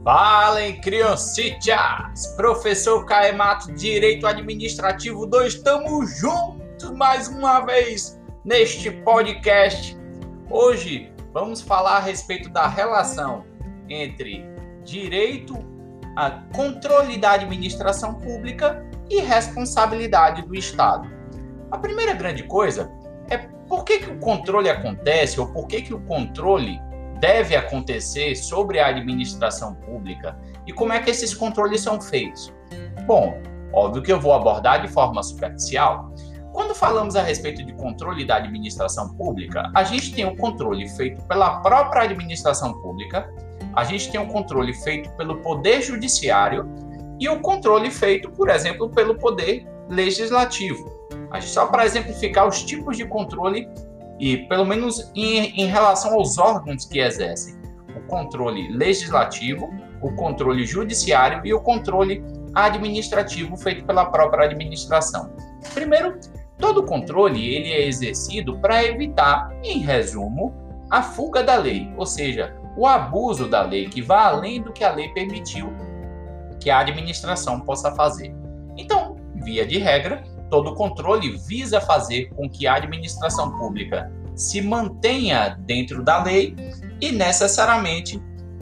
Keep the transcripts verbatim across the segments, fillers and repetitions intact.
Falem, criancitas! Professor Caemato, Direito Administrativo dois, estamos juntos mais uma vez neste podcast. Hoje vamos falar a respeito da relação entre direito, a controle da administração pública e responsabilidade do Estado. A primeira grande coisa é por que, que o controle acontece ou por que, que o controle deve acontecer sobre a administração pública e como é que esses controles são feitos. Bom, óbvio que eu vou abordar de forma superficial. Quando falamos a respeito de controle da administração pública, a gente tem o controle feito pela própria administração pública, a gente tem o controle feito pelo Poder Judiciário e o controle feito, por exemplo, pelo Poder Legislativo. A gente, só para exemplificar os tipos de controle e, pelo menos, em, em relação aos órgãos que exercem o controle legislativo, o controle judiciário e o controle administrativo feito pela própria administração. Primeiro, todo controle ele é exercido para evitar, em resumo, a fuga da lei, ou seja, o abuso da lei que vai além do que a lei permitiu que a administração possa fazer. Então, via de regra, todo controle visa fazer com que a administração pública se mantenha dentro da lei e necessariamente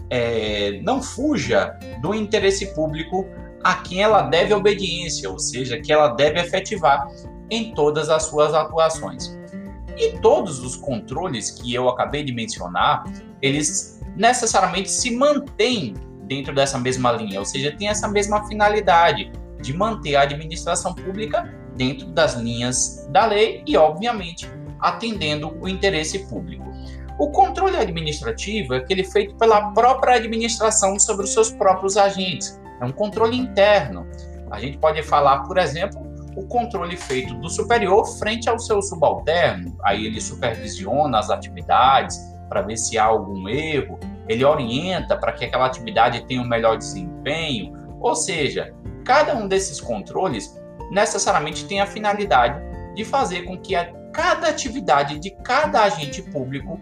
é, não fuja do interesse público a quem ela deve obediência, ou seja, que ela deve efetivar em todas as suas atuações. E todos os controles que eu acabei de mencionar, eles necessariamente se mantêm dentro dessa mesma linha, ou seja, tem essa mesma finalidade de manter a administração pública dentro das linhas da lei e, obviamente, atendendo o interesse público. O controle administrativo é aquele feito pela própria administração sobre os seus próprios agentes. É um controle interno. A gente pode falar, por exemplo, o controle feito do superior frente ao seu subalterno. Aí ele supervisiona as atividades para ver se há algum erro, ele orienta para que aquela atividade tenha um melhor desempenho. Ou seja, cada um desses controles necessariamente tem a finalidade de fazer com que a cada atividade de cada agente público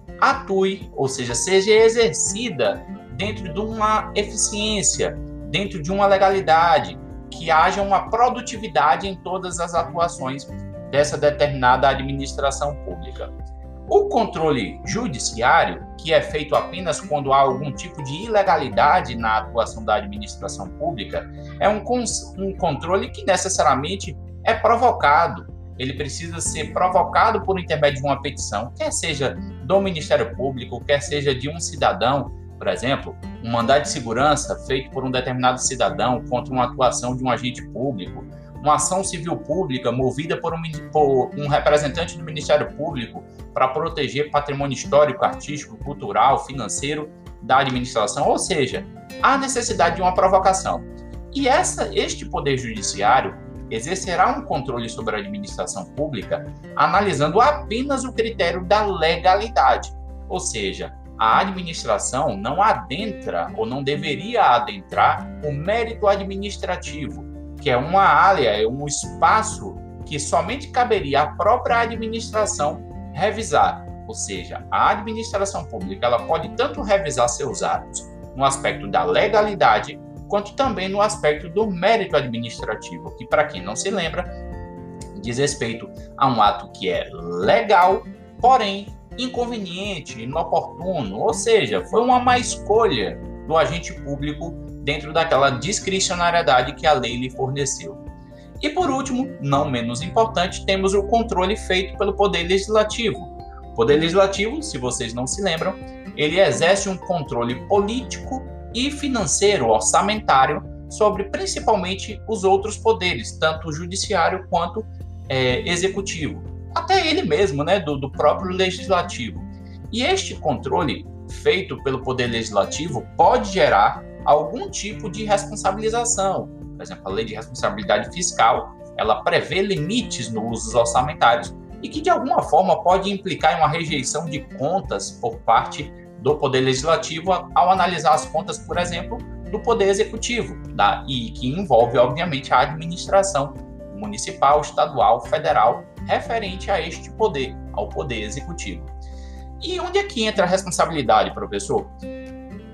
atue, ou seja, seja exercida dentro de uma eficiência, dentro de uma legalidade, que haja uma produtividade em todas as atuações dessa determinada administração pública. O controle judiciário, que é feito apenas quando há algum tipo de ilegalidade na atuação da administração pública, é um, um controle que necessariamente é provocado. Ele precisa ser provocado por intermédio de uma petição, quer seja do Ministério Público, quer seja de um cidadão. Por exemplo, um mandado de segurança feito por um determinado cidadão contra uma atuação de um agente público, uma ação civil pública movida por um, por um representante do Ministério Público para proteger patrimônio histórico, artístico, cultural, financeiro da administração, ou seja, há necessidade de uma provocação. E essa, este Poder Judiciário exercerá um controle sobre a administração pública analisando apenas o critério da legalidade, ou seja, a administração não adentra ou não deveria adentrar o mérito administrativo, que é uma área, é um espaço que somente caberia à própria administração revisar. Ou seja, a administração pública ela pode tanto revisar seus atos no aspecto da legalidade, quanto também no aspecto do mérito administrativo, que, para quem não se lembra, diz respeito a um ato que é legal, porém inconveniente, inoportuno, ou seja, foi uma má escolha do agente público dentro daquela discricionariedade que a lei lhe forneceu. E por último, não menos importante, temos o controle feito pelo Poder Legislativo. O Poder Legislativo, se vocês não se lembram, ele exerce um controle político e financeiro, orçamentário, sobre principalmente os outros poderes, tanto o judiciário quanto é, executivo. Até ele mesmo, né, do, do próprio legislativo. E este controle feito pelo Poder Legislativo pode gerar algum tipo de responsabilização. Por exemplo, a Lei de Responsabilidade Fiscal, ela prevê limites nos usos orçamentários e que, de alguma forma, pode implicar em uma rejeição de contas por parte do Poder Legislativo ao analisar as contas, por exemplo, do Poder Executivo, da, e que envolve, obviamente, a administração municipal, estadual, federal, referente a este poder, ao Poder Executivo. E onde é que entra a responsabilidade, professor?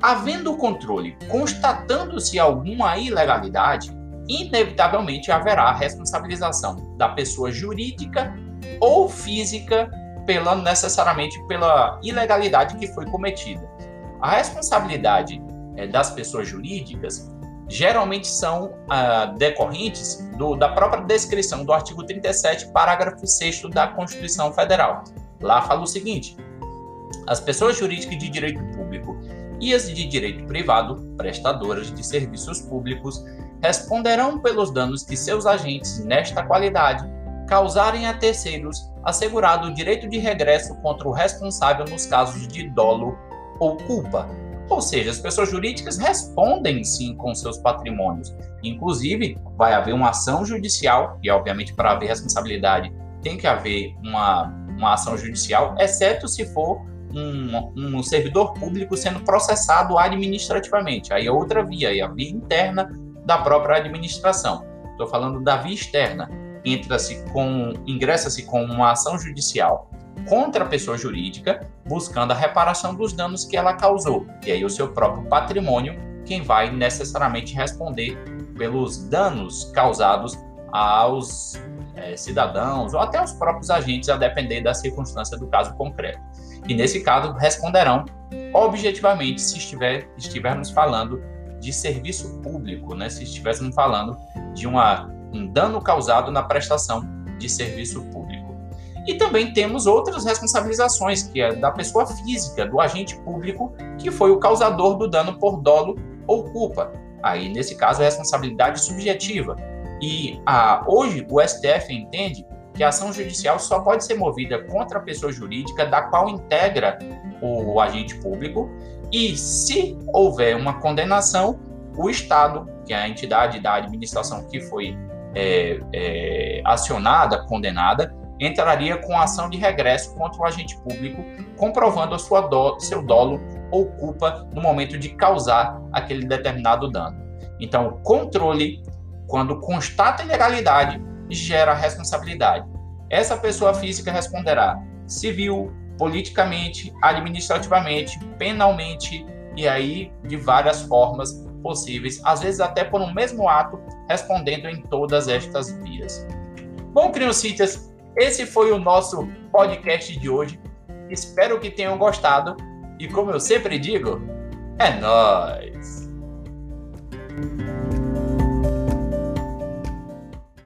Havendo o controle, constatando-se alguma ilegalidade, inevitavelmente haverá responsabilização da pessoa jurídica ou física pela, necessariamente pela ilegalidade que foi cometida. A responsabilidade é, das pessoas jurídicas geralmente são ah, decorrentes do, da própria descrição do artigo trinta e sete, parágrafo sexto da Constituição Federal. Lá fala o seguinte: as pessoas jurídicas de direito público e as de direito privado, prestadoras de serviços públicos, responderão pelos danos que seus agentes, nesta qualidade, causarem a terceiros, assegurado o direito de regresso contra o responsável nos casos de dolo ou culpa. Ou seja, as pessoas jurídicas respondem sim com seus patrimônios. Inclusive, vai haver uma ação judicial, e obviamente para haver responsabilidade tem que haver uma, uma ação judicial, exceto se for um, um servidor público sendo processado administrativamente. Aí é outra via, aí é a via interna da própria administração. Estou falando da via externa. Entra-se com, ingressa-se com uma ação judicial contra a pessoa jurídica, buscando a reparação dos danos que ela causou. E aí o seu próprio patrimônio, quem vai necessariamente responder pelos danos causados aos é, cidadãos ou até aos próprios agentes, a depender da circunstância do caso concreto. E nesse caso, responderão objetivamente se estiver, estivermos falando de serviço público, né? Se estivéssemos falando de uma, um dano causado na prestação de serviço público. E também temos outras responsabilizações, que é da pessoa física, do agente público, que foi o causador do dano por dolo ou culpa. Aí, nesse caso, é responsabilidade subjetiva. E ah, hoje o S T F entende que a ação judicial só pode ser movida contra a pessoa jurídica da qual integra o agente público, e se houver uma condenação, o Estado, que é a entidade da administração que foi é, é, acionada, condenada, entraria com ação de regresso contra o agente público, comprovando a sua do, seu dolo ou culpa no momento de causar aquele determinado dano. Então, o controle, quando constata ilegalidade, gera responsabilidade. Essa pessoa física responderá civil, politicamente, administrativamente, penalmente, e aí de várias formas possíveis, às vezes até por um mesmo ato, respondendo em todas estas vias. Bom, criancitas, esse foi o nosso podcast de hoje. Espero que tenham gostado. E como eu sempre digo, é nóis!